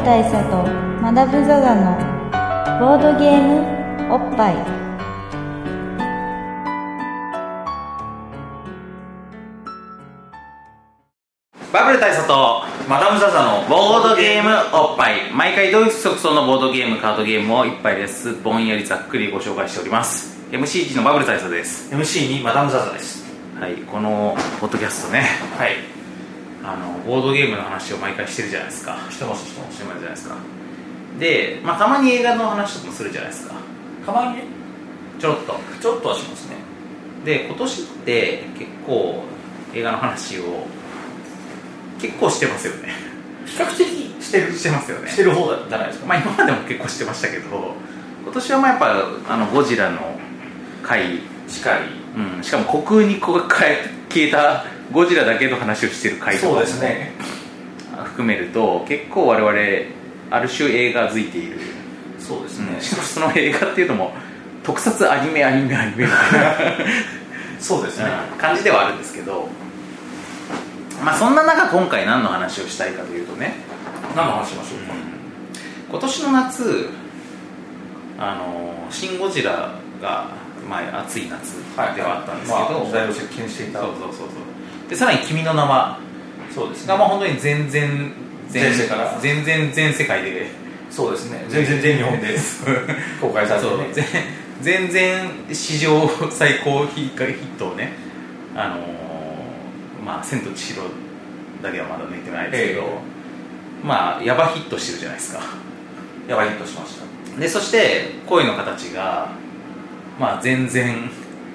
大佐とマダム・ザ・ザのボードゲームおっぱい。 バブル大佐とマダム・ザ・ザのボードゲームおっぱい。毎回ドイツ直送のボードゲームカードゲームを一杯です。ぼんやりざっくりご紹介しております。 MC1 のバブル大佐です。 MC2 マダム・ザ・ザです。 はい、このポッドキャストね、 はい、 ボードゲームの話を毎回してるじゃないですか。 してますしてますじゃないですか。で、たまに映画の話とかもするじゃないですか。 たまにね、 ちょっとはしますね。 で、今年って結構映画の話を結構してますよね。 比較的してますよね。 してる方じゃないですか。 今までも結構してましたけど、今年はやっぱゴジラの回しかり、 しかも虚空に消えたゴジラだけの話をしてる回とかもそうですね、 含めると結構我々ある種映画づいている。 そうですね、 しかもその映画っていうのも特撮アニメみたいなそうですね、 感じではあるんですけど、そんな中今回何の話をしたいかというとね、 何の話しましょうか。 今年の夏シン・ゴジラが暑い夏ではあったんですけど、 時代を席巻していた。 そうで、さらに君の名はそうですね、 が本当に全世界で、 そうですね、全日本で公開されてね、 全然史上最高ヒットをね、千と千尋だけはまだ抜いてないですけど、ヤバヒットしてるじゃないですか。 やばいヒットしました。 で、そして声の形が全然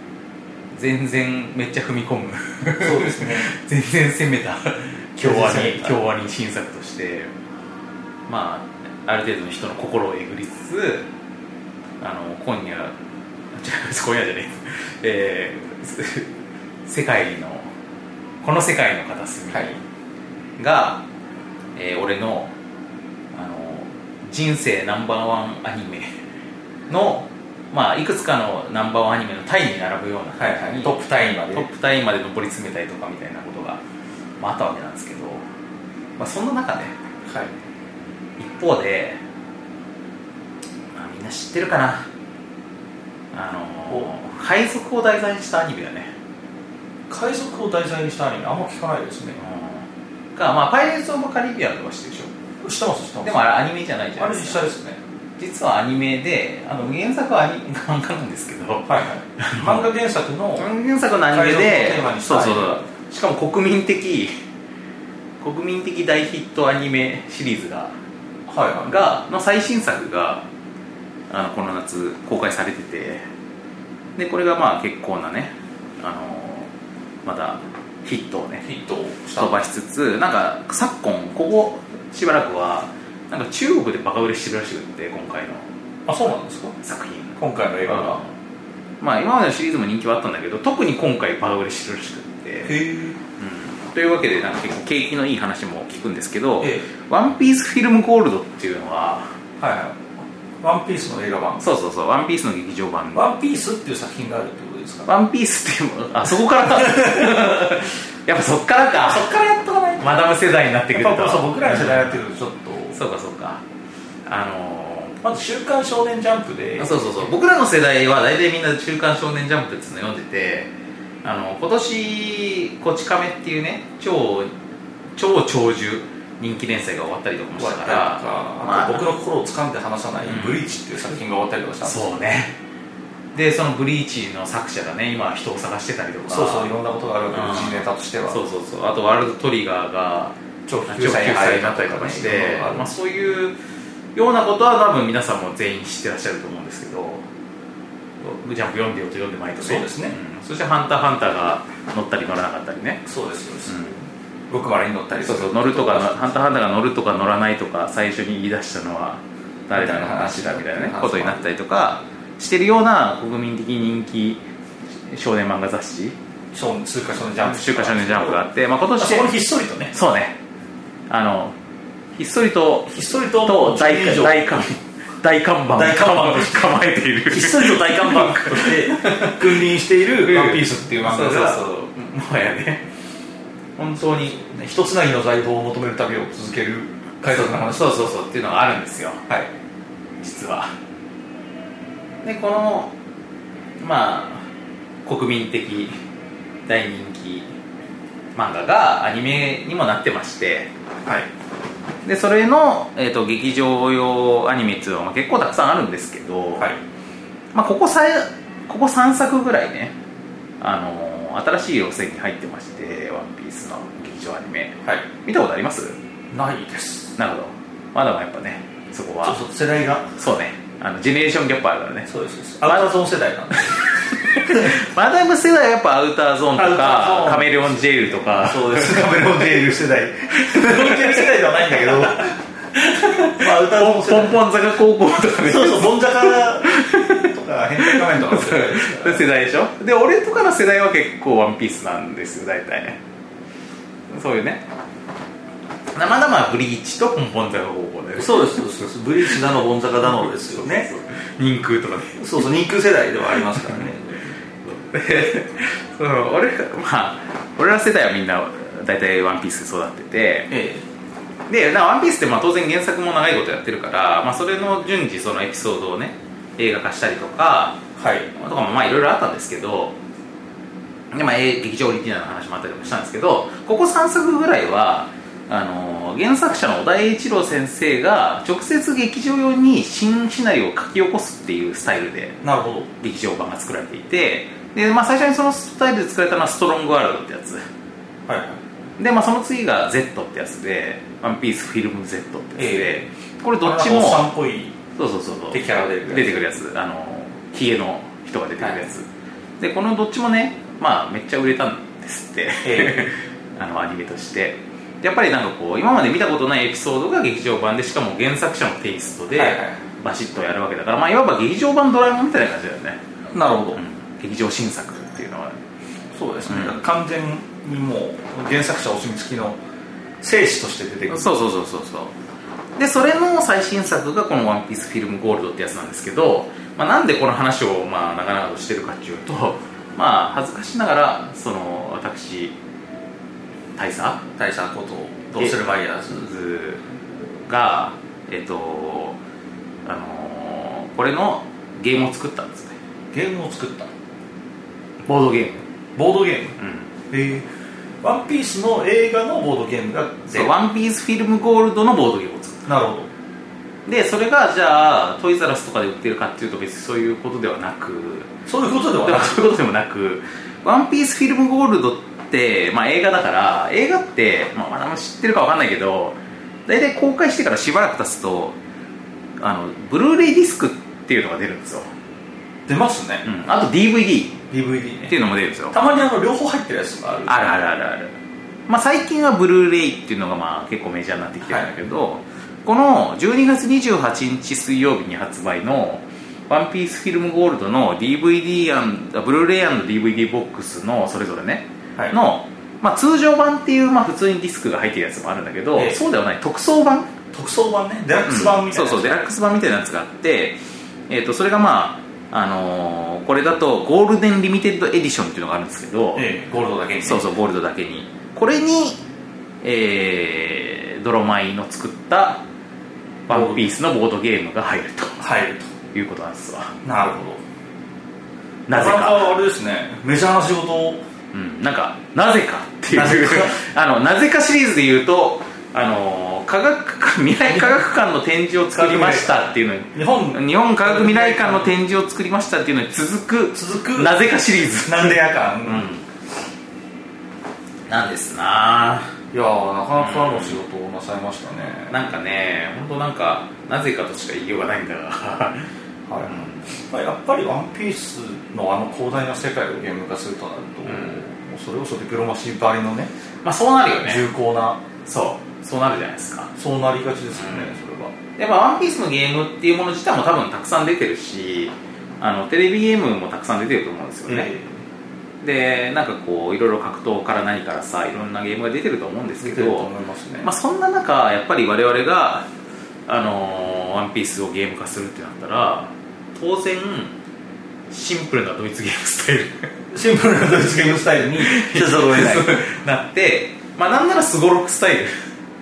めっちゃ踏み込むそうですね全然攻めた京アニ新作として、ある程度の人の心をえぐりつつ、今夜じゃねえこの世界の片隅が、俺の人生ナンバーワンアニメの、いくつかのナンバーワンアニメのタイに並ぶような、 トップタインまで上り詰めたりとかみたいなことが、あったわけなんですけど、そんな中で、一方で、みんな知ってるかな、海賊を題材にしたアニメだね。 海賊を題材にしたアニメあんま聞かないですね。 パイレーツ・オブ・カリビアンとか知ってるでしょ。 知ってます。 でもあれアニメじゃないじゃないですか。 あれ実写ですね。 実はアニメで、原作は漫画なんですけど、 漫画原作のアニメで、 そうしかも国民的大ヒットアニメシリーズの最新作がこの夏公開されてて、でこれが結構なね、またヒットを飛ばしつつ、昨今ここしばらくは中国でバカ売れしてるらしくって、今回のそうなんですか。 作品、 今回の映画が、 今までのシリーズも人気はあったんだけど、特に今回バカ売れしてるらしくって、というわけで結構景気のいい話も聞くんですけど、ワンピースフィルムゴールドっていうのは、 ワンピースの映画版、 そうワンピースの劇場版、 ワンピースっていう作品があるってことですか。 ワンピースっていうそこからやっぱそっからか、 そっからやっとかないと、 マダム世代になってくると、 僕らの世代やってるとちょっと、 そうかまず週刊少年ジャンプで、 僕らの世代は大体みんな週刊少年ジャンプっていうのを読んでて、今年こち亀っていうね、超長寿人気連載が終わったりとかもしたから、 僕の心を掴んで離さないブリーチっていう作品が終わったりとかしたんですよ。 そうね。でそのブリーチの作者がね、今人を探してたりとか、 いろんなことがあるわけです、時事ネタとしては。 あとワールドトリガーが長期救済になったりとかして、そういうようなことは多分皆さんも全員知ってらっしゃると思うんですけど、ジャンプ読んでよと読んでまいとね。 そうですね。 そしてハンターハンターが乗ったり乗らなかったりね。 そうです。僕までに乗ったりする。 乗るとか、ハンターハンターが乗るとか乗らないとか最初に言い出したのは誰々の話だみたいなねことになったりとかしてるような国民的人気少年漫画雑誌、 週刊少年ジャンプがあって、今年そこにひっそりとね、 そうね、ひっそりと大看板構えている、 ひっそりと大看板として君臨しているワンピースっていう漫画が、 もはやね、本当に一つなぎの財宝を求める旅を続ける海賊の話。 そうっていうのがあるんですよ、 はい、 実は。でこのまあ国民的大人気漫画がアニメにもなってまして、 はい、 でそれの、劇場用アニメっていうのは結構たくさんあるんですけど、 はい、 まあ、ここ3作ぐらいね、新しい路線に入ってましてワンピースの劇場アニメ、 はい、 見たことあります？ ないです。 なるほど。まだやっぱねそこはちょっと世代がそうね、ジェネレーションギャップあるからね。 そうですアウターゾーン世代なんでマダム世代はやっぱアウターゾーンとかカメレオンジェイルとか。 そうですカメレオンジェイル世代カメレオンジェイル世代ではないんだけどまあアウターゾーン世代、 ポンポン坂高校とかね。 そうボンジャカとか変態仮面とかの世代ですから世代でしょ。で俺とかの世代は結構ワンピースなんですよ大体ね。そういうね、まだブリーチとポンポン坂高校で、 そうですブリーチだのボン坂だのですよね。 人空とかね。 そう人空世代ではありますからね俺ら世代はみんな大体ワンピースで育ってて、でワンピースって当然原作も長いことやってるから、それの順次そのエピソードをね映画化したりとか、 はい、 とかもいろいろあったんですけど、で、劇場オリジナルの話もあったりもしたんですけど、ここ3作ぐらいは原作者の小田栄一郎先生が直接劇場用に新シナリオを書き起こすっていうスタイルでなるほど劇場版が作られていて、で、最初にそのスタイルで作られたのはストロングワールドってやつ、で、その次が Z ってやつでワンピースフィルム Z ってやつで、これどっちもおっさんっぽいそうでキャラ出てくるやつ、ヒゲの人が出てくるやつ、でこのどっちもねめっちゃ売れたんですって、アニメとして。やっぱり今まで見たことないエピソードが劇場版で、しかも原作者のテイストでバシッとやるわけだから、いわば劇場版ドラえもんみたいな感じだよね。 なるほど、 劇場新作っていうのはそうですね、完全にもう原作者お墨付きの生死として出てくる。 そうでそれの最新作がこの「ワンピースフィルムゴールド」ってやつなんですけど、なんでこの話を長々としてるかっていうと、恥ずかしながら私大佐ことドーセルマイヤーズがこれのゲームを作ったんですね。 ゲームを作った、 ボードゲーム、 ワンピースの映画のボードゲームがワンピースフィルムゴールドのボードゲームを作った。 なるほど。 でそれがじゃあトイザらスとかで売ってるかっていうと別にそういうことではなく、 そういうことでもなくワンピースフィルムゴールドって映画だから、映画って知ってるか分かんないけど、大体公開してからしばらく経つとブルーレイディスクっていうのが出るんですよ。 出ますね、 あと DVD ねっていうのも出るんですよ。 たまに両方入ってるやつがある。最近はブルーレイっていうのが結構メジャーになってきてるんだけど、この12月28日水曜日に発売のワンピースフィルムゴールドの DVD ブルーレイ&DVD ボックスのそれぞれね、の、通常版っていう普通にディスクが入ってるやつもあるんだけど、そうではない特装版ね、デラックス版みたいな、 そうデラックス版みたいなやつがあって、それがこれだとゴールデンリミテッドエディションっていうのがあるんですけど、 ゴールドだけに、 ゴールドだけに、これに、ドロマイの作ったワンピースのボードゲームが入るということなんですわ。 なるほど。 なぜかあれですね、メジャーな仕事を、 なぜかっていうなぜかシリーズでいうと未来科学館の展示を作りましたっていうのに、日本科学未来館の展示を作りましたっていうのに続くなぜかシリーズ、 なんでやかん、 なんですな。 いやー、なかなかの仕事をなさいましたね。 本当なぜかとしか言いようがないんだがやっぱりワンピースの広大な世界をゲーム化するとなると、それこそディプロマシーばりのね、 そうなるよね。 重厚な、 そうなるじゃないですか。 そうなりがちですよね、それは。 やっぱワンピースのゲームっていうもの自体も多分たくさん出てるし、テレビゲームもたくさん出てると思うんですよね。でいろいろ格闘から何からさ、いろんなゲームが出てると思うんですけど、そんな中やっぱり我々がワンピースをゲーム化するってなったら、当然シンプルなドイツゲームスタイルシンプルなドイツゲームスタイルにせざるを得ないなって、なんならスゴロクスタイル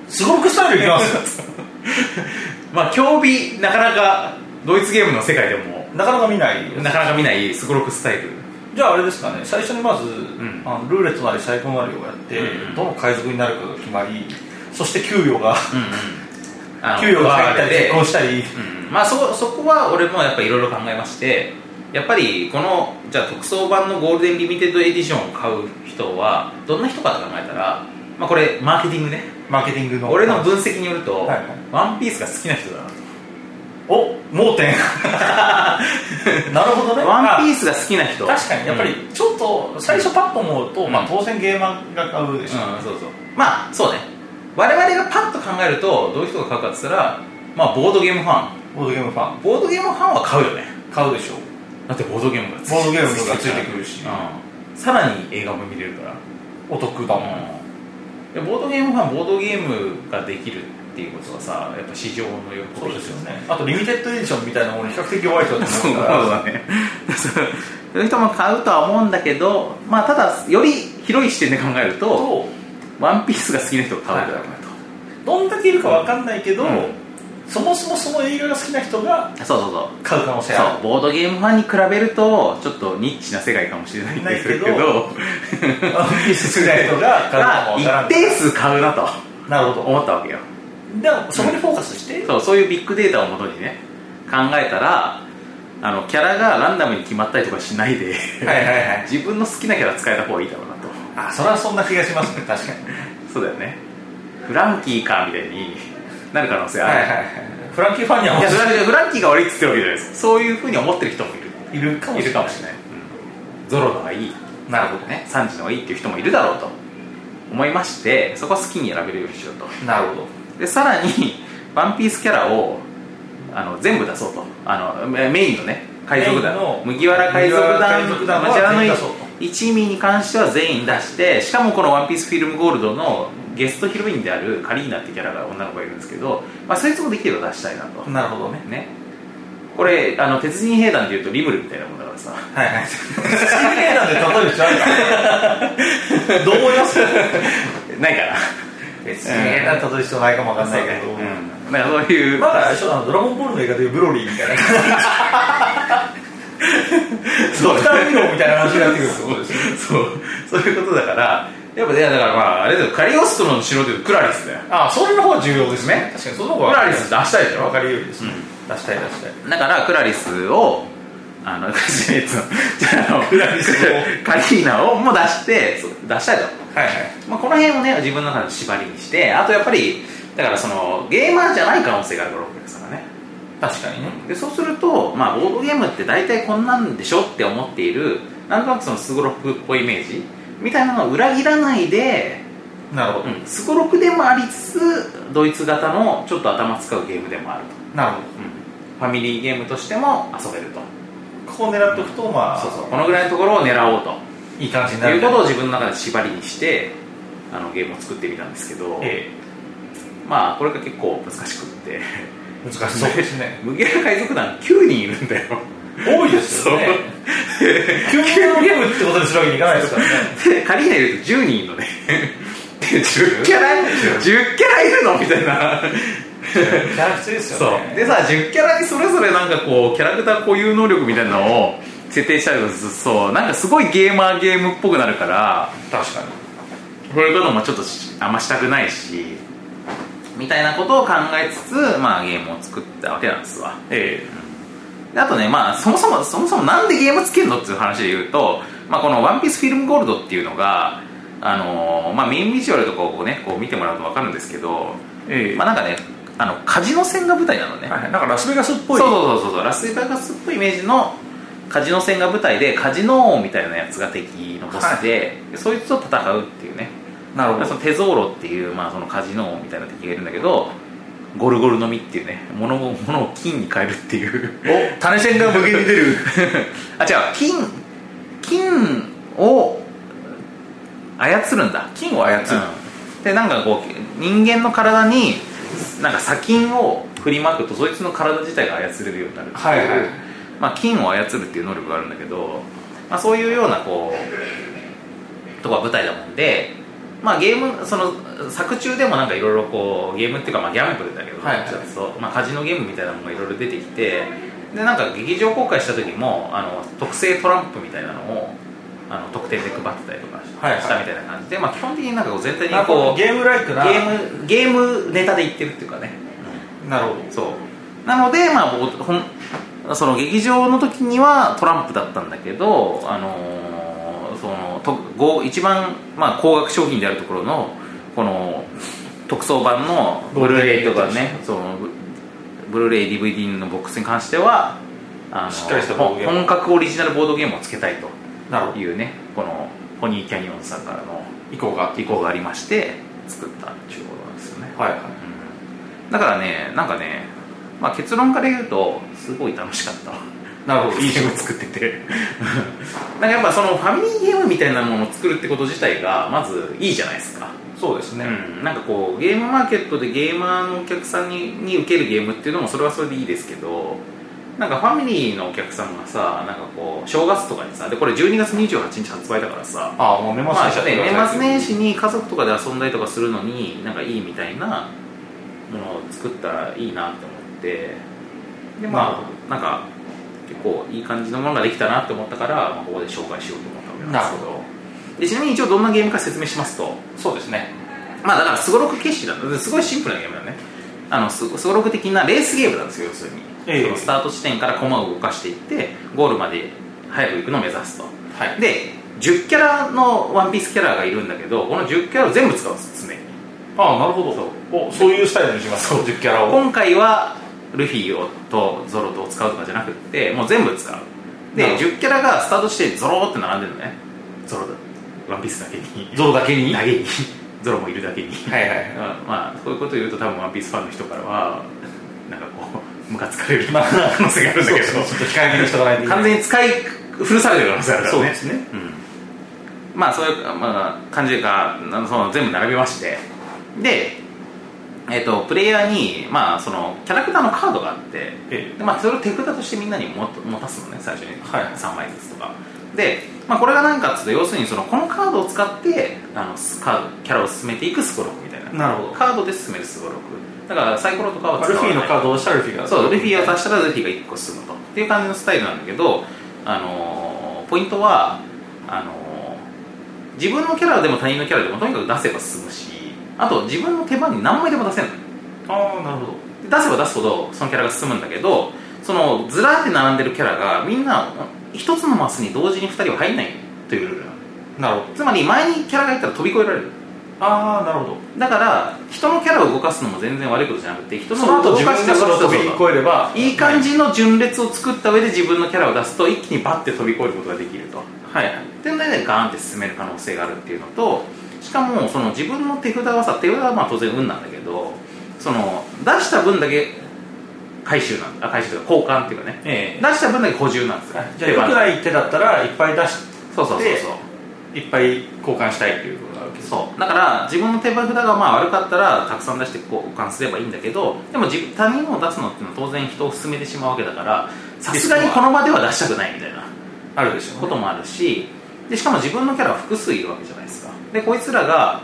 すごくスタイルいきますまあ競技なかなかドイツゲームの世界でもなかなか見ないすごろくスタイル。 じゃああれですかね、最初にまず、 んルーレットなりサイコロなりをやって、どの海賊になるかが決まり、そして給与が給与が入ったり結婚したり、 まあそこは俺もやっぱりいろいろ考えまして、やっぱりこのじゃあ特装版のゴールデンリミテッドエディションを買う人はどんな人かと考えたら、まあこれマーケティングね、 マーケティングの俺の分析によると、 はいはい、 ワンピースが好きな人だなと。 お、盲点なるほどね。 ワンピースが好きな人、 確かにやっぱりちょっと最初パッと思うと、まあ、当然ゲーマーが買うでしょ、 そうそう、まあそうね、我々がパッと考えるとどういう人が買うかって言ったら、まあボードゲームファンは買うよね。買うでしょ。だってボードゲームがついてくるし、さらに映画も見れるからお得だもん。 でボードゲームファン、ボードゲームができるっていうことはさ、やっぱ市場の喜びですよね。 あとリミテッドエディションみたいなものに比較的弱い人だと思うからそうだねそういう人も買うとは思うんだけど、まあただより広い視点で考えるとワンピースが好きな人が買うんだろうなと、 どんだけいるか分かんないけど、そもそもその映画が好きな人が買う可能性ある。 そう、ボードゲームファンに比べるとちょっとニッチな世界かもしれないんだけどワンピース好きな人が買うかも分からん。 一定数買うなと思ったわけよ。 でもそこにフォーカスして、 そういうビッグデータをもとにね考えたら、キャラがランダムに決まったりとかしないで自分の好きなキャラ使えた方がいいだろうなと。 それはそんな気がしますね。確かにそうだよね。フランキーかみたいになる可能性ある。 フランキーファンにはフランキーが悪いって言ってるわけじゃないですか。そういうふうに思ってる人もいるかもしれない、ゾロのがいい、なるほどね、サンジのがいいっていう人もいるだろうと思いまして、そこは好きに選べるようにしようと。 なるほど。 でさらにワンピースキャラを全部出そうと。メインのね海賊団、麦わら海賊団マジャラの一味に関しては全員出して、しかもこのワンピースフィルムゴールドのゲストヒロインであるカリーナってキャラが女の子がいるんですけど、まあ、そいつもできれば出したいなと。 なるほどね。 これ鉄人兵団でいうとリムルみたいなもんだからさ。 鉄人兵団で例える必要あるかどう思います？ ないかな。 鉄人兵団で例える必要ないかもわかんないけど、 なんかそういうまだドラゴンボールの映画でいうブロリーみたいなドクター・ミローみたいな話になってくるってことですよね。 そういうことだから、やっぱね、だからまああれだよ、カリオストロの城でいうとクラリスだよ。 それの方が重要ですね。確かにその方がクラリス出したいでしょ。 分かりやすいですね。出したい。 だからクラリスをカリーナをも出したいと。まあこの辺をね自分の中で縛りにして、あとやっぱりだからそのゲーマーじゃない可能性があるから僕ですからね。 確かにね。 でそうすると、まあ、ボードゲームって大体こんなんでしょって思っている、なんとなくそのスゴロクっぽいイメージみたいなのを裏切らないで、 なるほど、 スゴロクでもありつつドイツ型のちょっと頭使うゲームでもあると。 なるほど、 ファミリーゲームとしても遊べると。 ここを狙っておくと、まあこのぐらいのところを狙おうといい感じになるということを自分の中で縛りにしてゲームを作ってみたんですけど、まあこれが結構難しくって難しそうですね。 麦わら海賊団9人いるんだよ。 多いですよね。9人のゲームってことにするわけにいかないですからね。 カリーナいると10人いるのね。10キャラいるのみたいな。 キャラきついですよね。 でさ、10キャラにそれぞれなんかこうキャラクター固有能力みたいなのを設定したりとかすると、なんかすごいゲームっぽくなるから、 確かにそういうこともちょっとあんましたくないしみたいなことを考えつつ、まあ、ゲームを作ったわけなんですわ。であとね、まあ、そもそもなんでゲームつけるのっていう話で言うと、まあ、このワンピースフィルムゴールドっていうのがまあ、メインビジュアルとかをねこう見てもらうと分かるんですけど、まあ、なんかねカジノ船が舞台なのね、 なんかラスベガスっぽい、 そうラスベガスっぽいイメージのカジノ船が舞台で、カジノ王みたいなやつが敵のボスで、そいつと戦うっていうね。 なるほど。 そのテゾーロっていう、まあ、そのカジノ王みたいな敵がいるんだけど、ゴルゴルの実っていうね、物を金に変えるっていう種銭が無限に出る違う、金を操るんだ。 金を操る、 でなんかこう人間の体になんか砂金を振りまくと、そいつの体自体が操れるようになるっていう、まあ、金を操るっていう能力があるんだけど、まあ、そういうようなこうとこは舞台だもんで、 まあゲームその作中でもなんかいろいろこうゲームっていうかまあギャンブルだけど、 はいはい、 まあ、カジノゲームみたいなのがいろいろ出てきて、でなんか劇場公開した時も特製トランプみたいなのを特典で配ってたりとかしたみたいな感じで、まあ、基本的になんか全体にこうゲームライクなゲームネタで言ってるっていうかね、 なるほど。 そうなので、まあ、その劇場の時にはトランプだったんだけど、一番、まあ、高額商品であるところのこの特装版のブルーレイとかね、そのブルーレイ DVD のボックスに関してはしっかりしたボードゲーム、 本格オリジナルボードゲームをつけたいというね、このポニーキャニオンさんからの意向がありまして作ったっていうことなんですよね。 はいはい、 だからね、なんかね、まあ、結論から言うとすごい楽しかった。 なるほど、 いいゲーム作っててなんかやっぱそのファミリーゲームみたいなものを作るってこと自体がまずいいじゃないですか。 そうですね、 なんかこうゲームマーケットでゲーマーのお客さんに受けるゲームっていうのもそれはそれでいいですけど、なんかファミリーのお客さんがさ、なんかこう正月とかにさ、でこれ12月28日発売だからさ、 もう年末年始、 年末年始に家族とかで遊んだりとかするのになんかいいみたいなものを作ったらいいなって思って、でまあなんか結構いい感じのものができたなって思ったから、まあ、ここで紹介しようと思ったわけなんですけど、でちなみに一応どんなゲームか説明しますと、 そうですね、 まあだからすごろく形式なんですごいシンプルなゲームだね。すごろく的なレースゲームなんですよ、要するに。そのスタート地点から駒を動かしていってゴールまで早く行くのを目指すと、はい、で10キャラのワンピースキャラがいるんだけど、この10キャラを全部使うんです常に。 なるほど、そういうスタイルにします。10キャラを今回はルフィとゾロと使うとかじゃなくってもう全部使う。で10キャラがスタート地点にゾロって並んでるのね。ゾロだワンピースだけにゾロだけにゾロもいるだけにはいはいまあこういうことを言うと多分ワンピースファンの人からはなんかこうムカつかれる可能性があるんだけど、ちょっと控えめにしとかないといけない。 完全に使い古されてる可能性あるからね。 そうですね、 まあそういう、まあ、感じがその全部並べまして、でプレイヤーに、まあ、そのキャラクターのカードがあって、でまあ、それを手札としてみんなに持たすのね、最初に、3枚ずつとかで、まあ、これが何かっていうと、要するにこのカードを使ってキャラを進めていくスゴロクみたいな。 なるほど、 カードで進めるスゴロクだからサイコロとかは使わない。 ルフィのカードを押したらルフィが、 そう、ルフィを足したらルフィが1個進むとっていう感じのスタイルなんだけど、ポイントは自分のキャラでも他人のキャラでもとにかく出せば進むし、あと自分の手番に何枚でも出せるの。 なるほど。 出せば出すほどそのキャラが進むんだけど、そのずらーって並んでるキャラがみんな一つのマスに同時に2人は入んないというルールなの。 なるほど。 つまり前にキャラがいたら飛び越えられる。 なるほど。 だから人のキャラを動かすのも全然悪いことじゃなくて、人の動かして飛び越えればいい感じの順列を作った上で自分のキャラを出すと一気にバッて飛び越えることができると。はい。っていうのでガーンって進める可能性があるっていうのと、しかもその自分の手札は手札はまあ当然運なんだけど、その出した分だけ回収というか交換っていうかね、出した分だけ補充なんですよ。 じゃあ良くない手だったらいっぱい出して、 そういっぱい交換したいっていうことがあるけど、 そうだから自分の手札がまあ悪かったらたくさん出して交換すればいいんだけど、でも他人を出すのっていうのは当然人を進めてしまうわけだから、さすがにこの場では出したくないみたいなあるでしょう、ね、 こともあるし、でしかも自分のキャラは複数いるわけじゃないですか。でこいつらが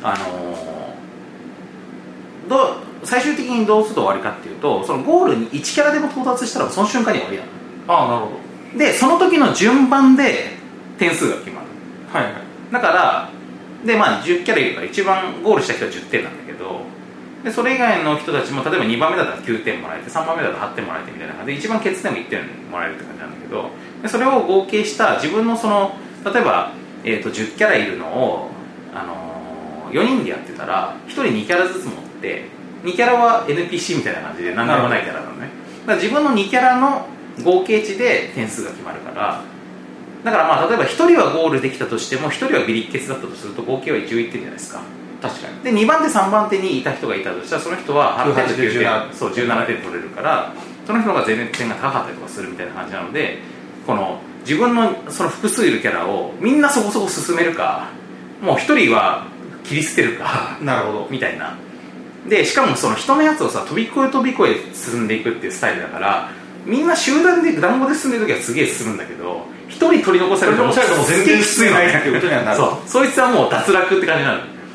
最終的にどうすると終わりかっていうと、そのゴールに1キャラでも到達したらその瞬間に終わりなの。 なるほど。でその時の順番で点数が決まる。 はいはい。 だからで、まあ、10キャラいるから一番ゴールした人は10点なんだけど、でそれ以外の人たちも例えば2番目だったら9点もらえて、3番目だったら8点もらえてみたいな感じで、一番欠点も1点もらえるって感じなんだけど、でそれを合計した自分のその例えば、10キャラいるのを、4人でやってたら1人2キャラずつ持って、2キャラは NPC みたいな感じで何でもないキャラなのね。だから自分の2キャラの合計値で点数が決まるから、だからまあ例えば1人はゴールできたとしても1人はビリッケツだったとすると合計は11点じゃないですか。 確かに。 で2番手3番手にいた人がいたとしたら、その人は8点と9点、そう17点取れるから、その人が全然点が高かったりとかするみたいな感じなので、この自分のその複数いるキャラをみんなそこそこ進めるか、もう1人は切り捨てるかなるほどみたいな。でしかもその人のやつをさ飛び越え進んでいくっていうスタイルだから、みんな集団で団子で進んでる時はすげえ進むんだけど、1人取り残されるともう全然進めないっていうことにはなる。 そいつはもう脱落って感じになる。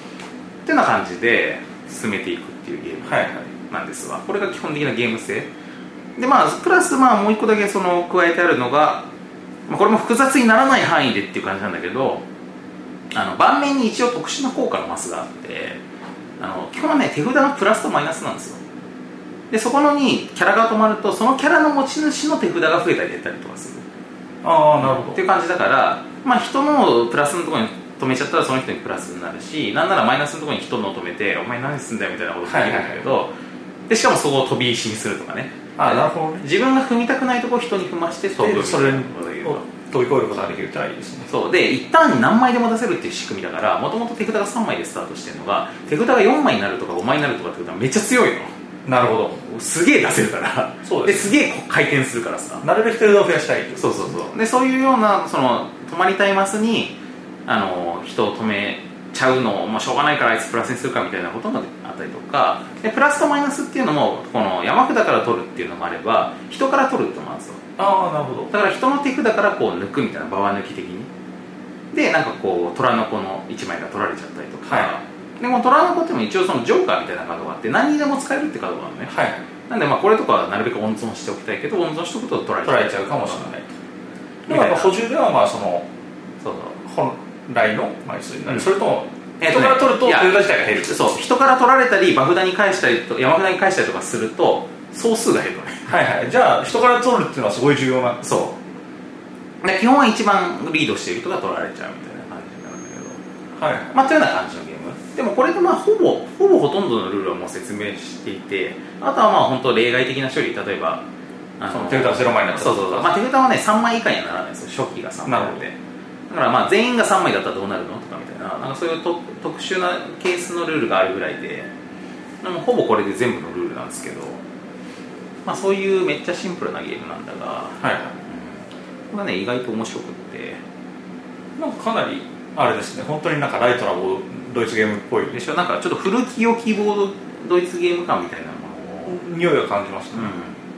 っていうような感じで進めていくっていうゲームなんですわ、これが基本的なゲーム性で、プラスもう一個だけその加えてあるのが、これも複雑にならない範囲でっていう感じなんだけど、盤面に一応特殊な効果のマスがあって、基本はね手札のプラスとマイナスなんですよ。でそこのにキャラが止まるとそのキャラの持ち主の手札が増えたり減ったりとかする。 ああ、なるほど。 っていう感じだから、人のプラスのところに止めちゃったらその人にプラスになるし、なんならマイナスのところに人のを止めてお前何すんだよみたいなことができるんだけど、でしかもそこを飛び石にするとかね。 なるほどね。 自分が踏みたくないところを人に踏まして飛ぶ、 それを飛び越えることができるってのはいいですね。 そうで一旦に何枚でも出せるっていう仕組みだから、もともと手札が3枚でスタートしてるのが手札が4枚になるとか5枚になるとかってことはめっちゃ強いの。 なるほど。 すげえ出せるから。 そうです。 すげえ回転するからさ、 なるべく手札を増やしたい。 そうでそういうようなその止まりたいマスに人を止めちゃうのを、しょうがないからあいつプラスにするかみたいなことがあったりとかで、プラスとマイナスっていうのもこの山札から取るっていうのもあれば人から取るってのもあるんですよ。 ああ、なるほど。 だから人の手札からこう抜くみたいな、ババ抜き的にでなんかこう虎の子の1枚が取られちゃったりとか、でも虎の子っても一応そのジョーカーみたいなカードがあって何にでも使えるってカードがあるのね。なんでこれとかはなるべく温存しておきたいけど、温存しておくと取られちゃうかもしれないと。 でも補充ではその本来の枚数になる、それとも人から取ると手札自体が減る。 そう、人から取られたり場札に返したりと山札に返したりとかすると総数が減るのね。 じゃあ人から取るっていうのはすごい重要な。 そうで基本は一番リードしている人が取られちゃうみたいな感じになるんだけど、というような感じのゲームでもこれでほとんどのルールはもう説明していて、あとは本当例外的な処理、例えば手札0枚になった手札はね3枚以下にはならないですよ、初期が3枚で。だから全員が3枚だったらどうなるのとかみたいな、そういう特殊なケースのルールがあるぐらいで、ほぼこれで全部のルールなんですけど、そういうめっちゃシンプルなゲームなんだが、これはね意外と面白くって、 かなりあれですね、本当にライトなドイツゲームっぽいでしょ。ちょっと古き良きボードドイツゲーム感みたいなものを匂いを感じますね、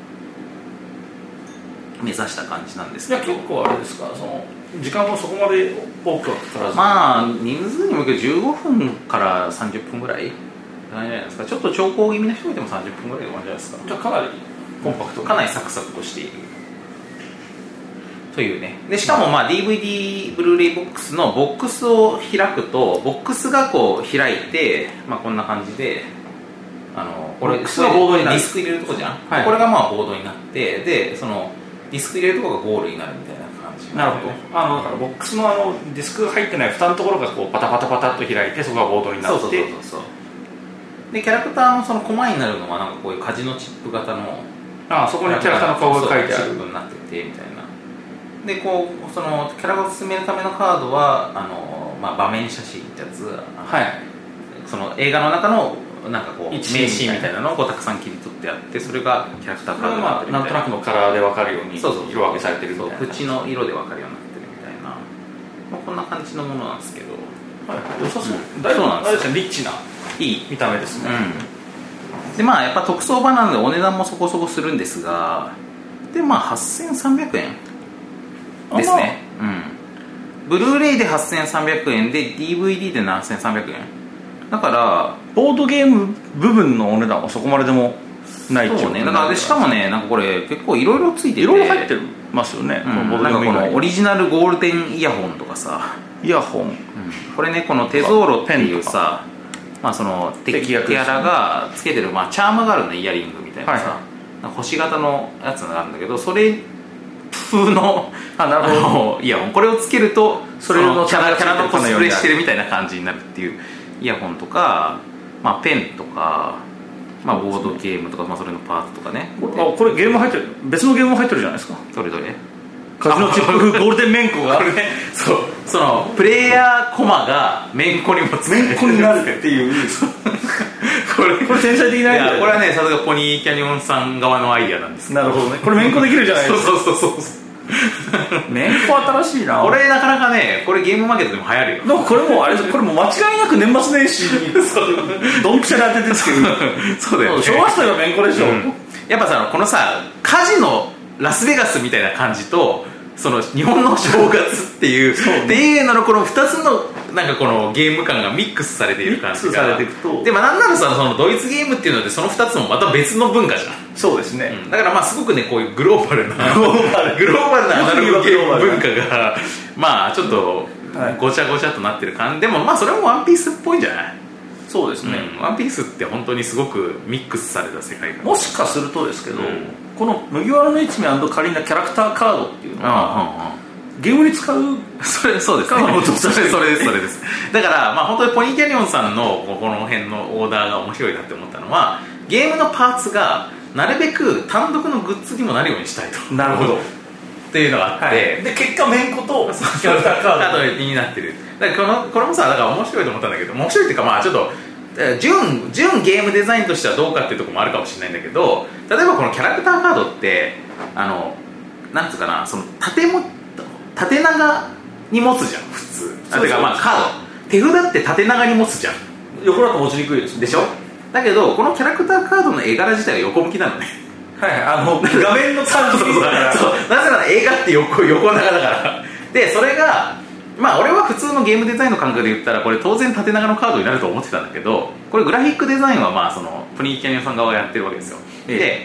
目指した感じなんですけど、 結構あれですか、時間もそこまで多くはかからず、 人数に向けて15分から30分ぐらいじゃないですか。ちょっと長考気味な人いても30分ぐらいで終わるんじゃないですか。 じゃあかなりコンパクト、 かなりサクサクとしているというね。でしかもDVD ブルーレイボックスのボックスを開くとボックスがこう開いて、こんな感じでこれボックスがボードになる、 ディスク入れるとこじゃん、これがボードになって、でそのディスク入れるとこがゴールになるみたいな感じ。 なるほど。だからボックスのディスクが入ってない蓋のところがこうパタパタパタっと開いて、そこがボードになって、 でキャラクターのそのコマになるのはこういうカジノチップ型の、 そこにキャラクターの顔が書いてあるチップになっててみたいな。でこうそのキャラを進めるためのカードは場面写真ってやつ、その映画の中のこう名シーンみたいなのをたくさん切り取ってあって、それがキャラクターカードになってるみたいな。 なんとなくのカラーで分かるように色分けされてるみたいな。 縁の色で分かるようになってるみたいな、こんな感じのものなんですけど、 良さそう。だいぶあれですね、リッチないい見た目ですね。 でやっぱ特装版なのでお値段もそこそこするんですが、で8300円ですね。ブルーレイで8300円で DVD で7300円だから、 ボードゲーム部分のお値段はそこまででもないっていうね。 だからしかもね、これ結構いろいろついてて、いろいろ入ってますよね。 このオリジナルゴールデンイヤホンとかさ、 イヤホン、 これね、このテゾーロっていうさ、その敵キャラがつけてるチャームがあるのイヤリングみたいなさ、星型のやつがあるんだけど、それ風のイヤホン、これをつけるとそれのキャラのコスプレしてるみたいな感じになるっていうイヤホンとか、ペンとか、ボードゲームとか、それのパーツとかね。 これゲーム入ってる、別のゲーム入ってるじゃないですか。 どれどれ？ カジノチップゴールデンメンコがこれね、そのプレイヤーコマがメンコにもつメンコになるっていうこれ天才的なアイデア。 これはね、さすがポニーキャニオンさん側のアイデアなんです。 なるほどね。これメンコできるじゃないですか。 そうメンコ新しいな。 これなかなかね、これゲームマーケットでも流行るよ。 でもこれもあれです、これも間違いなく年末年始にドンピシャで当ててつける。 そうだよね。 正月といえばメンコでしょ。 やっぱこのカジノラスベガスみたいな感じと、その日本の正月っていうののこの2つのなんかこのゲーム感がミックスされている感じがミックスされていくとで、なんならさ、そのドイツゲームっていうのでその2つもまた別の文化じゃん。 そうですね、 だからまあすごくね、こういうグローバルなアナログゲーム文化がまあちょっとごちゃごちゃとなってる感じでも、まあそれもワンピースっぽいんじゃない。 そうですね、 ワンピースって本当にすごくミックスされた世界観。 もしかするとですけど、この麦わらの一味&カリーナキャラクターカードっていうのは、ゲームに使うそうですね、それですだからまあ本当にポニーキャニオンさんのこの辺のオーダーが面白いなって思ったのは、ゲームのパーツがなるべく単独のグッズにもなるようにしたいと。 なるほどっていうのがあって、 で結果メンコとキャラクターカードになってる。だからこれもさ、だから面白いと思ったんだけど、面白いっていうか、まあちょっと純ゲームデザインとしてはどうかっていうところもあるかもしれないんだけど、例えばこのキャラクターカードってなんつうかな、その縦長に持つじゃん普通。てかまあカード手札って縦長に持つじゃん。 横だと持ちにくいですでしょ。だけどこのキャラクターカードの絵柄自体は横向きなのね。 はい、画面の感じそうなぜなら映画って横長だからで、それがまあ俺は普通のゲームデザインの感覚で言ったらこれ当然縦長のカードになると思ってたんだけど、これグラフィックデザインはまあそのポニーキャニオンさん側がやってるわけですよ。で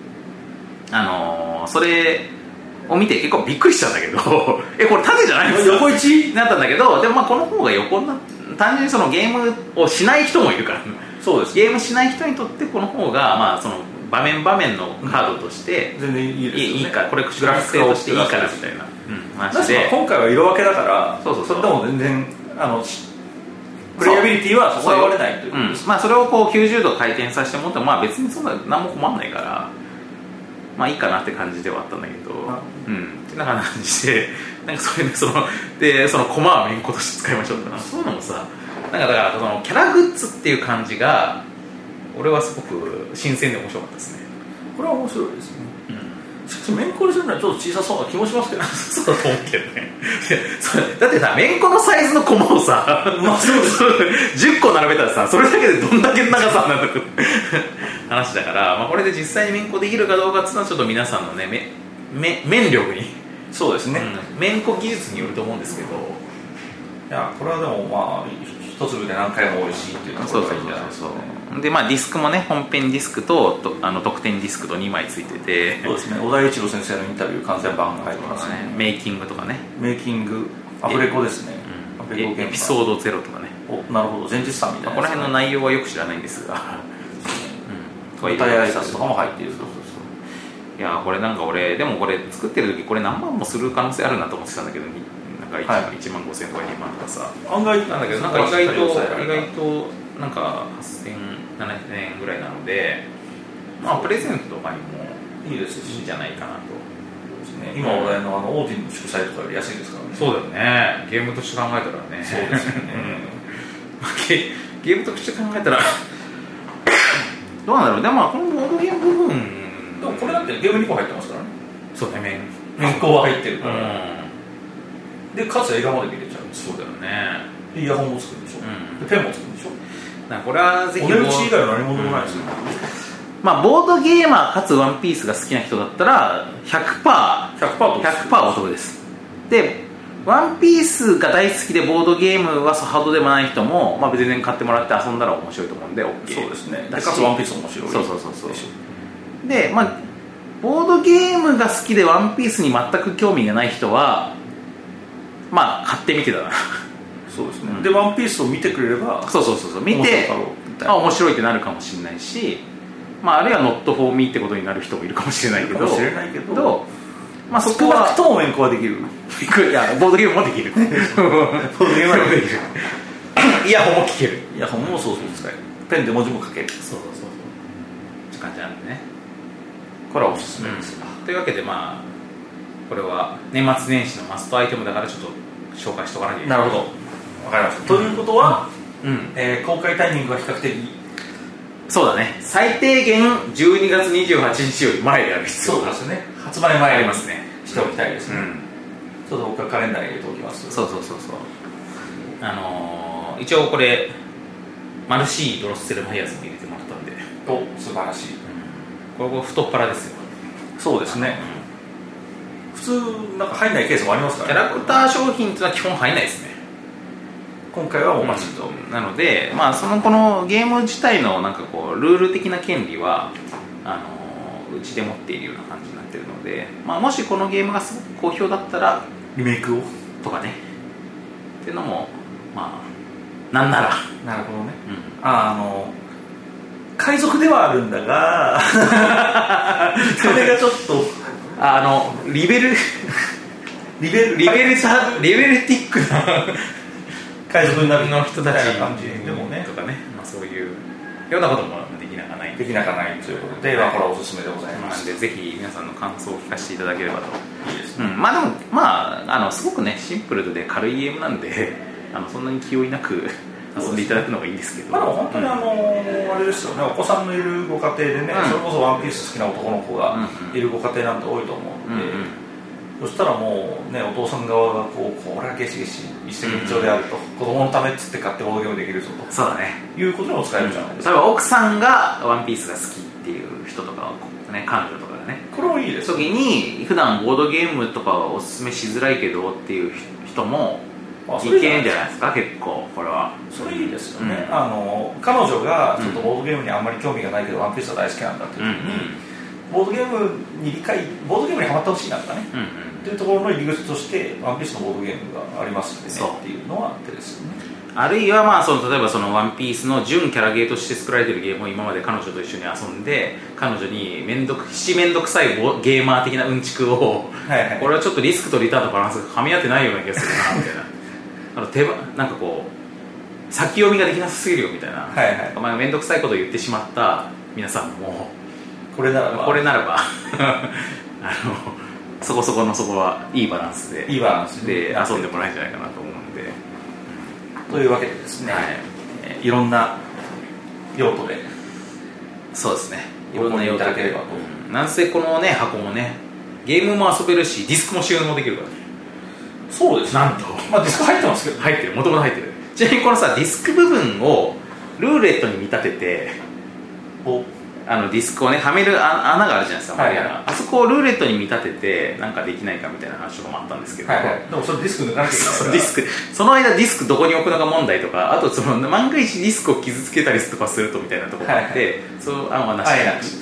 それを見て結構びっくりしちゃうんだけどこれ縦じゃないんですよ、 横一になったんだけど、でもまあこの方が横にな単純にそのゲームをしない人もいるから、 そうです、 ゲームしない人にとってこの方がまあその場面のカードとして全然いいですよね。 いいから、コレクション性としていいからみたいな話で、 今回は色分けだからそれでも全然プレイアビリティはそこは割れないということです。 まあそれをこう90度回転させてもってもまあ別にそんな何も困らないからまあいいかなって感じではあったんだけど、ってな感じで、なんかそういうそのコマはめんことして使いましょうかな、そういうのもさ、なんかだからそのキャラグッズっていう感じが俺はすごく新鮮で面白かったですね。 これは面白いですね。しかしメンコにするのはちょっと小さそうな気もしますけどそうだと思うけどねだってさ、メンコのサイズのコマをさ、10個並べたらさ、それだけでどんだけの長さになるのか話だから、まあ、これで実際にメンコできるかどうかっていうのはちょっと皆さんのね面力に、 そうですね、 メンコ技術によると思うんですけど、 いやこれはでもまあ一粒で何回も美味しいっていうのがいいんじゃないですかね。 でまあディスクもね、本編ディスクと特典ディスクと2枚ついてて、 そうですね、小田一郎先生のインタビュー完全版が入ってますね。 メイキングとかね、 メイキングアフレコですね、 エピソード0とかね、 なるほど、前日さんみたいな、 この辺の内容はよく知らないんですが舞台挨拶とかも入っている。 いやこれなんか俺でもこれ作ってる時これ何万もする可能性あるなと思ってたんだけど、なんか 1万5000とか2万とかさ、 案外なんだけど、なんか意外となんか8700円ぐらいなので、まあプレゼントとかにもいいですし、 いいんじゃないかなと。 今話題のオーディンの祝祭とかより安いですからね。 そうだよね、ゲームとして考えたらね。 そうですよねゲームとして考えたらどうなんだろう。でもこのボードゲーム部分でもこれだってゲーム2個入ってますからね。 そうね、 面コは入ってるから、でかつ映画まで見れちゃう。 そうだよね。 イヤホンもつくんでしょ、でペンもつくんでしょ。 これはぜひお値打ち以外は何物でもないですよ、 まあボードゲーマーかつワンピースが好きな人だったら 100% お得です。でワンピースが大好きでボードゲームはハードでもない人も、まあ、全然買ってもらって遊んだら面白いと思うんで OK。 そうですね。でかつワンピース面白い。 そうで、まあボードゲームが好きでワンピースに全く興味がない人はまあ買ってみてだなそうですね、でワンピースを見てくれればそう見て面白いってなるかもしれないし、まあ、あるいは Not for me ってことになる人もいるかもしれないけど、まあ、そこは少なくとも面コはできる。 いやボードゲームもできるボードゲームもできるイヤホンも聞ける、 イヤホンもそう使える、ペンで文字も書ける。 そうって感じなんでね、 これはおすすめです、 というわけでまあこれは年末年始のマストアイテムだからちょっと紹介しておかなきゃいけない。 なるほど、わかりました、ということは、公開タイミングは比較的そうだね、最低限12月28日より前である必要が、 そうですね、発売前ありますね、 しておきたいですね、ちょっと僕はカレンダーに入れておきます。 そう一応これマルシードロッセルマイヤーズに入れてもらったんで、 素晴らしい、 これ太っ腹ですよ。 そうですね、普通なんか入んないケースもありますからね。 キャラクター商品っていうのは基本入んないですね。 今回はもうバチッと、 なので、まあ、このゲーム自体のなんかこうルール的な権利はうちで持っているような感じになっているので、まあ、もしこのゲームがすごく好評だったらリメイクをとかねっていうのもまあなんならなるほどね、海賊ではあるんだがそれがちょっとリベルティックな海賊になるの人たち感じでもねとかね、まあ、そういうようなこともできなかないということで、これはおすすめでございます。 なのでぜひ皆さんの感想を聞かせていただければと。 いいですね。 まあでもすごくねシンプルで軽いゲームなんでそんなに気負いなく遊んでいただくのがいいんですけど、 まあでも本当にあれですよね、お子さんのいるご家庭でね、それこそワンピース好きな男の子がいるご家庭なんて多いと思うんで、そしたらもうね、お父さん側がこれはゲシゲシ一石二鳥であると、子供のためっつって買ってボードゲームできるぞと、 そうだね、 いうことにも使えるじゃないですか。 例えば奥さんがワンピースが好きっていう人とかはね、彼女とかでね、 これもいいです時に普段ボードゲームとかはおすすめしづらいけどっていう人もいけんじゃないですか。結構これはそれいいですよね、彼女がちょっとボードゲームにあんまり興味がないけど、ワンピースは大好きなんだっていう時に、ボードゲームにボードゲームにハマってほしいなんかね、っていうところの入り口としてワンピースのボードゲームがありますんでねっていうのは手ですよね。 あるいは例えばワンピースの純キャラゲーとして作られているゲームを今まで彼女と一緒に遊んで、彼女にめんどくさいゲーマー的なうんちくを、これはちょっとリスクとリターンのバランスが噛み合ってないような気がするなみたいななんかこう先読みができなさすぎるよみたいな、めんどくさいことを言ってしまった皆さんもこれならばそこそこのそこはいいバランスで遊んでもらえるんじゃないかなと思うんで、 というわけでですね、いろんな用途でそうですね、 いろんな用途でいただければと。 なんせこのね箱もね、ゲームも遊べるしディスクも収納できるから、 そうですね、 なんとまあディスク入ってますけど、 入ってる、もともと入ってる。ちなみにこのさディスク部分をルーレットに見立てて、ディスクをねはめる穴があるじゃないですか、あそこをルーレットに見立ててなんかできないかみたいな話とかもあったんですけど、 でもそれディスク抜かなきゃいけないから、 その間ディスクどこに置くのか問題とか、あと万が一ディスクを傷つけたりとかするとみたいなところがあって、そういう案はなしになりました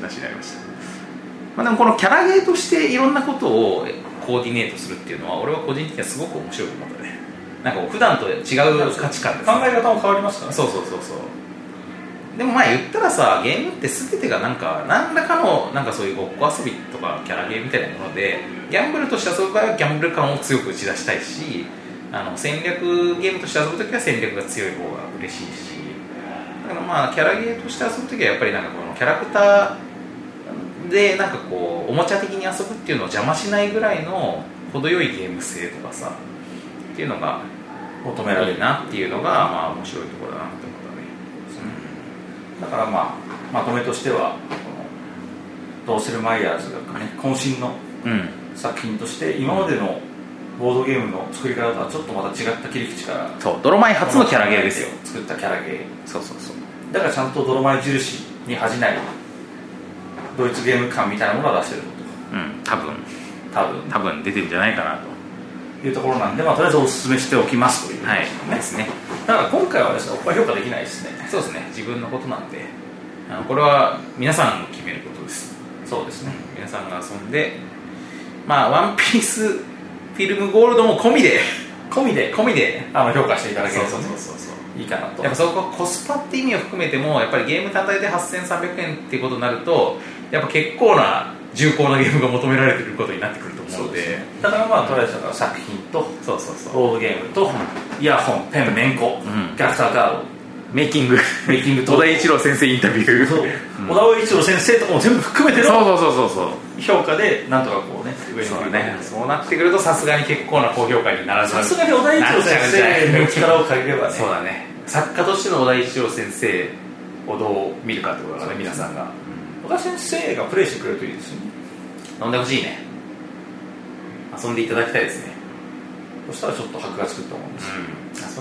。でもこのキャラゲーとしていろんなことをコーディネートするっていうのは俺は個人的にはすごく面白いと思ったね。なんか普段と違う価値観です、 考え方も変わりますからね。 そうでも言ったらさ、ゲームって全てが何らかのそういうごっこ遊びとかキャラゲーみたいなもので、ギャンブルとして遊ぶ場合はギャンブル感を強く打ち出したいし、戦略ゲームとして遊ぶときは戦略が強い方が嬉しいし、だからキャラゲーとして遊ぶときはやっぱりこのキャラクターでおもちゃ的に遊ぶっていうのを邪魔しないぐらいの程よいゲーム性とかさっていうのが求められるなっていうのが面白いところだなって思ったね。 だからまとめとしてはドーセルマイヤーズが渾身の作品として今までのボードゲームの作り方とはちょっとまた違った切り口から、 ドロマイ初のキャラゲーですよ、 作ったキャラゲー。 そうだからちゃんとドロマイ印に恥じないドイツゲーム感みたいなものは出してると、多分出てるんじゃないかなというところなんで、とりあえずお勧めしておきますという、 ですね。 だから今回はですね、おっぱい評価できないですね。 そうですね、自分のことなんでこれは皆さんが決めることです。 そうですね、 皆さんが遊んで、ワンピースフィルムゴールドも込みで評価していただけるといいかなと。 やっぱそこコスパって意味を含めても、やっぱりゲーム単体で8300円っていうことになると、やっぱ結構な重厚なゲームが求められていることになってくると思うので、 だからとりあえず作品とボードゲームとイヤホン、ペン、メンコ、キャラクターカード、 メイキングと小田一郎先生インタビュー、 小田一郎先生とかも全部含めての評価でなんとか上にそうなってくるとさすがに結構な高評価にならず、 さすがに小田一郎先生の力を借りればね、 そうだね、作家としての小田一郎先生をどう見るかってことだね、皆さんが。 小田先生がプレイしてくれるといいですよね。 飲んでほしいね、遊んでいただきたいですね。 そしたらちょっと箔がつくと思うんです、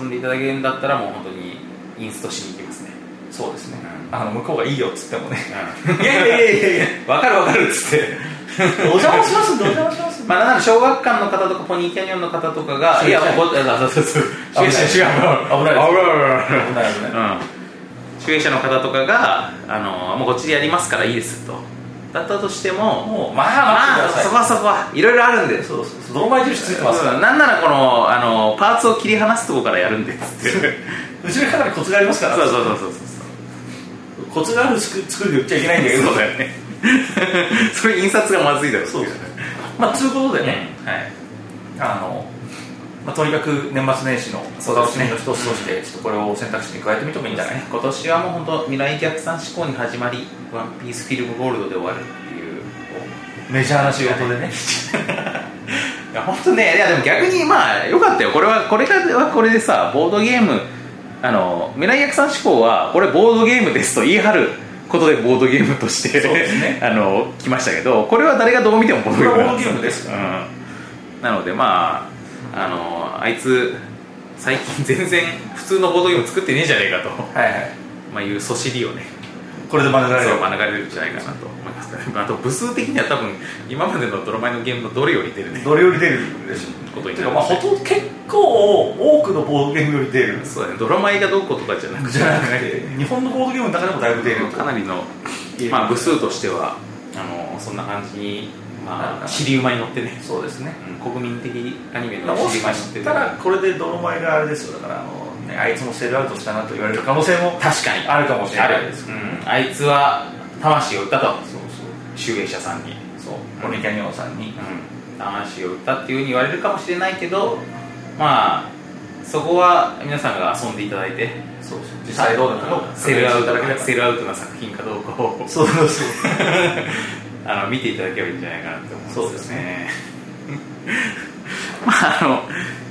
遊んでいただけるんだったらもう本当にインストしに行きますね。 そうですね、向こうがいいよっつってもね、 いや分かるっつってお邪魔しますんでまあ、なんなら小学館の方とかポニーキャニオンの方とかがいやもうそう危ない危ない危ない集英社の方とかがもうこっちでやりますからいいですとだったとしてもまあそこはいろいろあるんでそう泥米印ついてますから、 なんならこのパーツを切り離すところからやるんでっつってうちのかなりコツがありますからそうコツがある作りで売っちゃいけないんだけどそうだよねそれ印刷がまずいだろそうですねまあということでね、とにかく年末年始のお楽しみの一つとしてちょっとこれを選択肢に加えてみてもいいんじゃない、 今年はもう本当未来逆算思考に始まりワンピースフィルムゴールドで終わるっていうメジャーな仕事でねいや本当ねいやでも逆にまあ良かったよこれはこれでさボードゲーム未来逆算思考はこれボードゲームですと言い張ることでボードゲームとしてそうですね来ましたけどこれは誰がどう見てもボードゲームです、 なのでまああいつ最近全然普通のボードゲーム作ってねえじゃねえかとまあいうそしりをねこれで免れるんじゃないかなと思いますねあと部数的には多分今までの泥米のゲームのどれより出るねどれより出るでしょことになるほとんど結構多くのボードゲームより出るそうだね泥米がどうこうとかじゃなくて日本のボードゲームの中でもだいぶ出るかなりのまあ部数としてはそんな感じに尻馬に乗ってねそうですね国民的アニメの尻馬に乗ってただこれで泥米があれですよだからあいつもセールアウトしたなと言われる可能性も確かにあるかもしれないですあいつは魂を売ったと集英社さんにポニーキャニオンさんに魂を売ったっていうふうに言われるかもしれないけどまあそこは皆さんが遊んでいただいて実際どうだったのセールアウトな作品かどうかを見ていただければいいんじゃないかなって思うんですよねまあ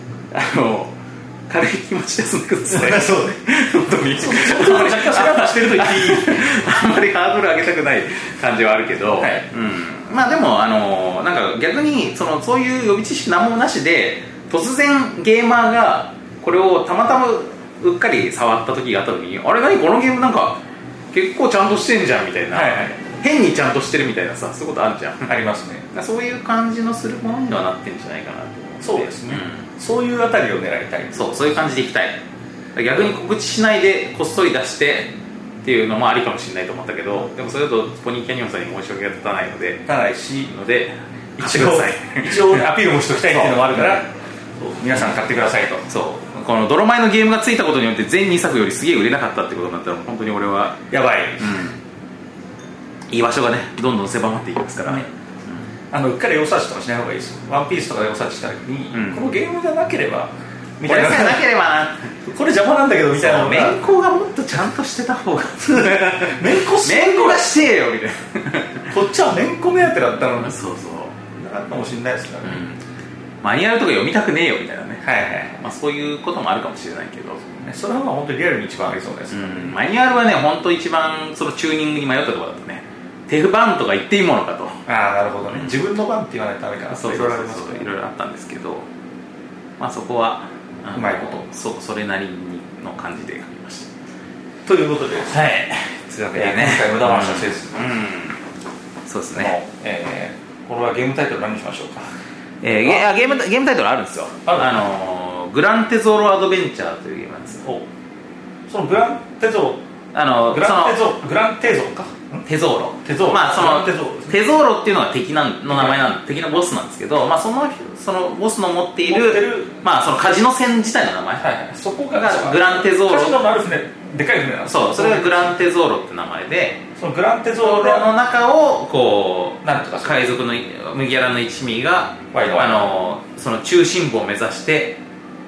軽い気持ちで遊んでくださいそうね本当にあんまり若干スラッとしてると言っていいあんまりハードル上げたくない感じはあるけど、まあでもなんか逆にそういう予備知識何もなしで突然ゲーマーがこれをたまたまうっかり触った時があった時にあれ何このゲームなんか結構ちゃんとしてんじゃんみたいな、変にちゃんとしてるみたいなさそういうことあるじゃんありますねそういう感じのするものにはなってるんじゃないかなと思ってそうですね、そういうあたりを狙いたいそういう感じでいきたい逆に告知しないでこっそり出してっていうのもありかもしれないと思ったけどでもそれだとポニーキャニオンさんに申し訳が立たないので一応アピールもしときたいっていうのもあるから皆さん買ってくださいとこの泥米のゲームがついたことによって全2作よりすげえ売れなかったってことになったら本当に俺はやばい、 いい場所がねどんどん狭まっていきますからねうっかりエゴサーチとかしない方がいいですよワンピースとかエゴサーチした時に、このゲームがなければみたいなこれ邪魔なんだけどみたいなメンコがもっとちゃんとしてた方がメンコがしてえよみたいなこっちはメンコ目当てだったのにそうなかったかもしれないですからね、 マニュアルとか読みたくねえよみたいなねまあそういうこともあるかもしれないけどそれはまあ本当にリアルに一番ありそうです、 マニュアルはね本当一番そのチューニングに迷ったところだとね手不番とか言っていいものかとなるほどね、自分の番って言わないとダメかなそういろいろあったんですけどまあそこはうまいことそれなりの感じで書きましたということでというわけでね今回無駄話はせずそうですねこれはゲームタイトル何にしましょうかゲームタイトルあるんですよグランテゾーロアドベンチャーというゲームなんですよそのグランテゾーグランテゾーかテゾーロまあテゾーロっていうのが敵の名前敵のボスなんですけどまあそのボスの持っているまあそのカジノ船自体の名前そこがグランテゾーロカジノのある船でかい船なんですそれがグランテゾーロって名前でそのグランテゾーロの中をこうなんとか海賊の麦わらの一味がその中心部を目指して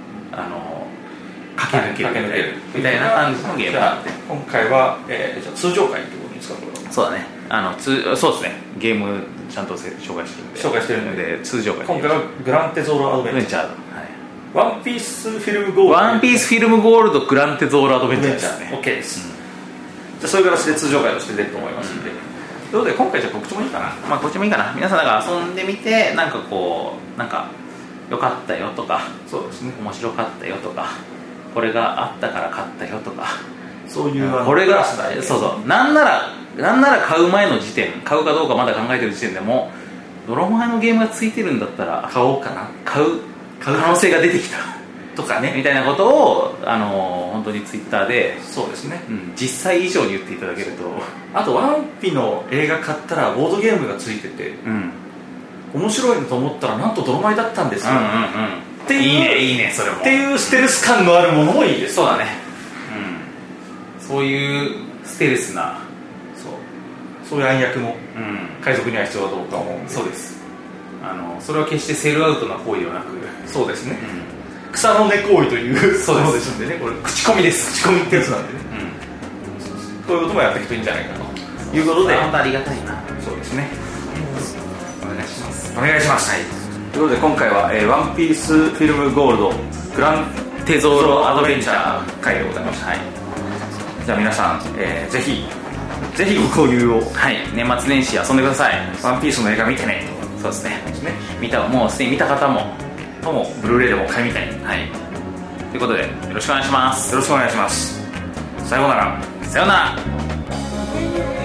駆け抜けるみたいな感じのゲームがあって今回は通常回ってことですかこれはそうだねそうですねゲームちゃんと紹介してるんで通常回今回はグランテゾーロアドベンチャーワンピースフィルムゴールドワンピースフィルムゴールドグランテゾーロアドベンチャーですね OK です、じゃあそういう形で通常回として出ると思いますので、ということで今回じゃあ告知もいいかな告知もいいかな皆さんなんか遊んでみてなんかこうなんか良かったよとかそうですね面白かったよとかこれがあったから買ったよとかそういうこれがなんなら買う前の時点買うかどうかまだ考えてる時点でも泥前のゲームがついてるんだったら買おうかな、 買う可能性が出てきたとかねみたいなことを本当にツイッターで、 そうですね、 実際以上に言っていただけると。 あとワンピの映画買ったらボードゲームがついてて、面白いのと思ったらなんと泥米だったんですよ、っていう、 いいねいいね、それもっていうステルス感のあるものもいいです。 そうだね、そういうステルスな、 そういう暗躍も海賊には必要だと僕は思うんで。 そうです。それは決してセルアウトな行為ではなく、 そうですね、草の根行為というそうですんでね、これ口コミです。口コミってやつなんでね、こういうこともやっていくといいんじゃないかということで、 本当ありがたいな。 そうですね、 お願いします。 お願いします。ということで今回はワンピースフィルムゴールドグランテゾーロアドベンチャー回でございました。じゃあ皆さん、ぜひご購入を、 年末年始遊んでください。 ワンピースの映画見てね。 そうですね、もうすでに見た方もブルーレイでも買いみたいに、 ということでよろしくお願いします。 よろしくお願いします。さようなら。 さようなら。